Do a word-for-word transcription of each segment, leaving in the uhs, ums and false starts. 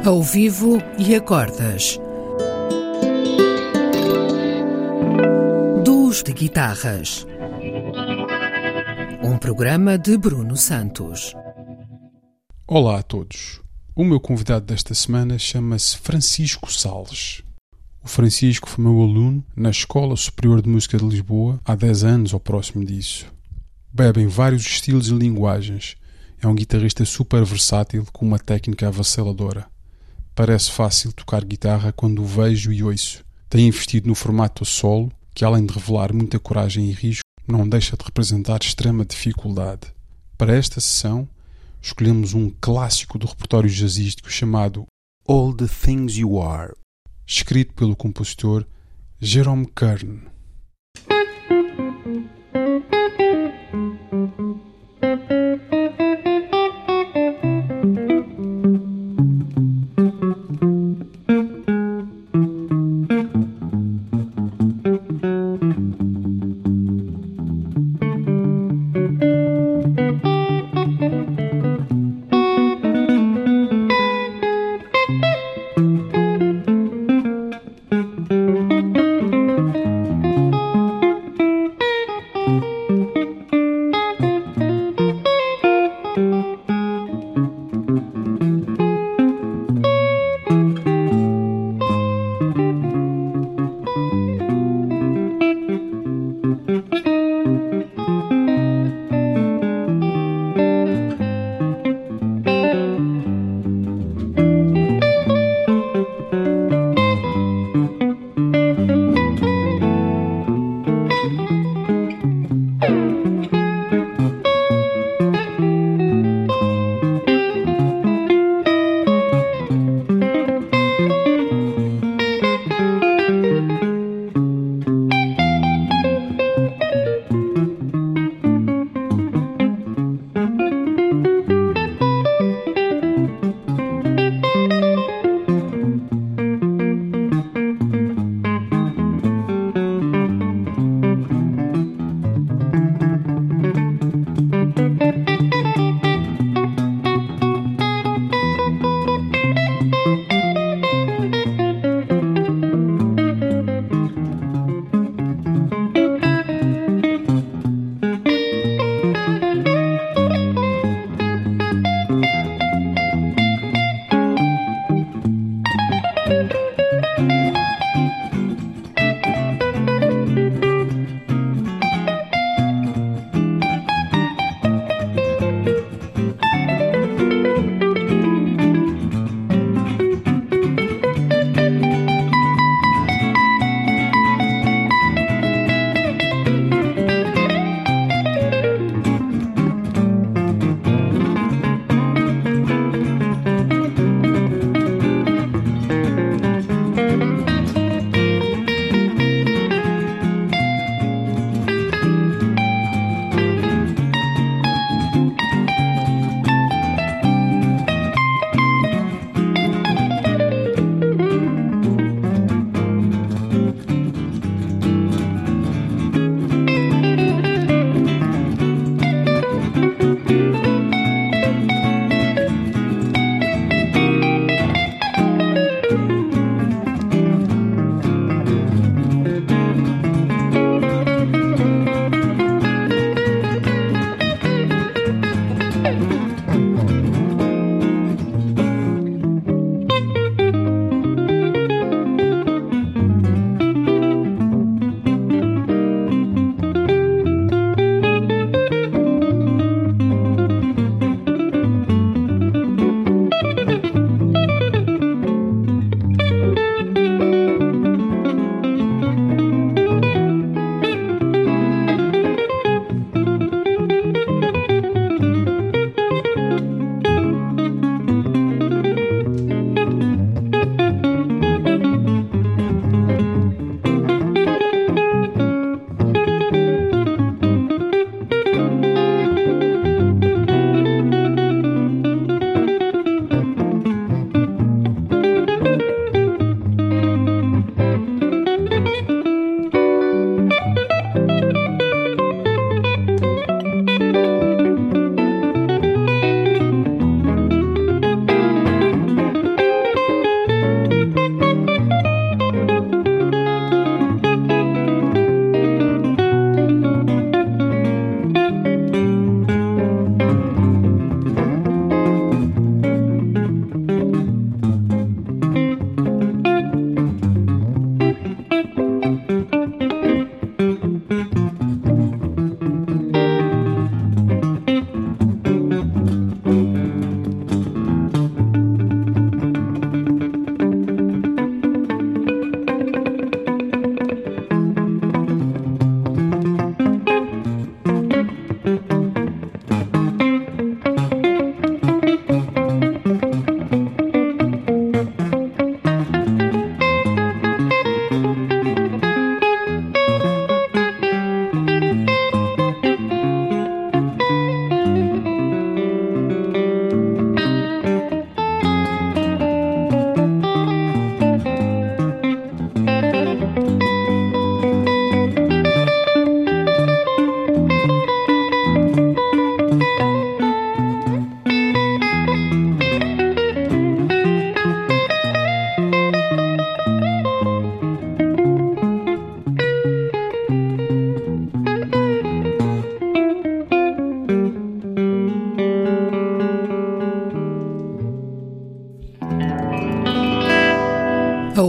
Ao vivo e a cordas. Duos de guitarras. Um programa de Bruno Santos. Olá a todos. O meu convidado desta semana chama-se Francisco Salles. O Francisco foi meu aluno na Escola Superior de Música de Lisboa há dez anos ou próximo disso. Bebe em vários estilos e linguagens. É um guitarrista super versátil com uma técnica avassaladora. Parece fácil tocar guitarra quando o vejo e ouço. Tem investido no formato a solo, que além de revelar muita coragem e risco, não deixa de representar extrema dificuldade. Para esta sessão, escolhemos um clássico do repertório jazzístico chamado All the Things You Are, escrito pelo compositor Jerome Kern.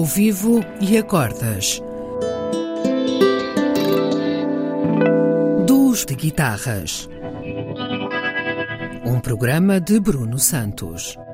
ao vivo e a cordas. Duos de guitarras. Um programa de Bruno Santos.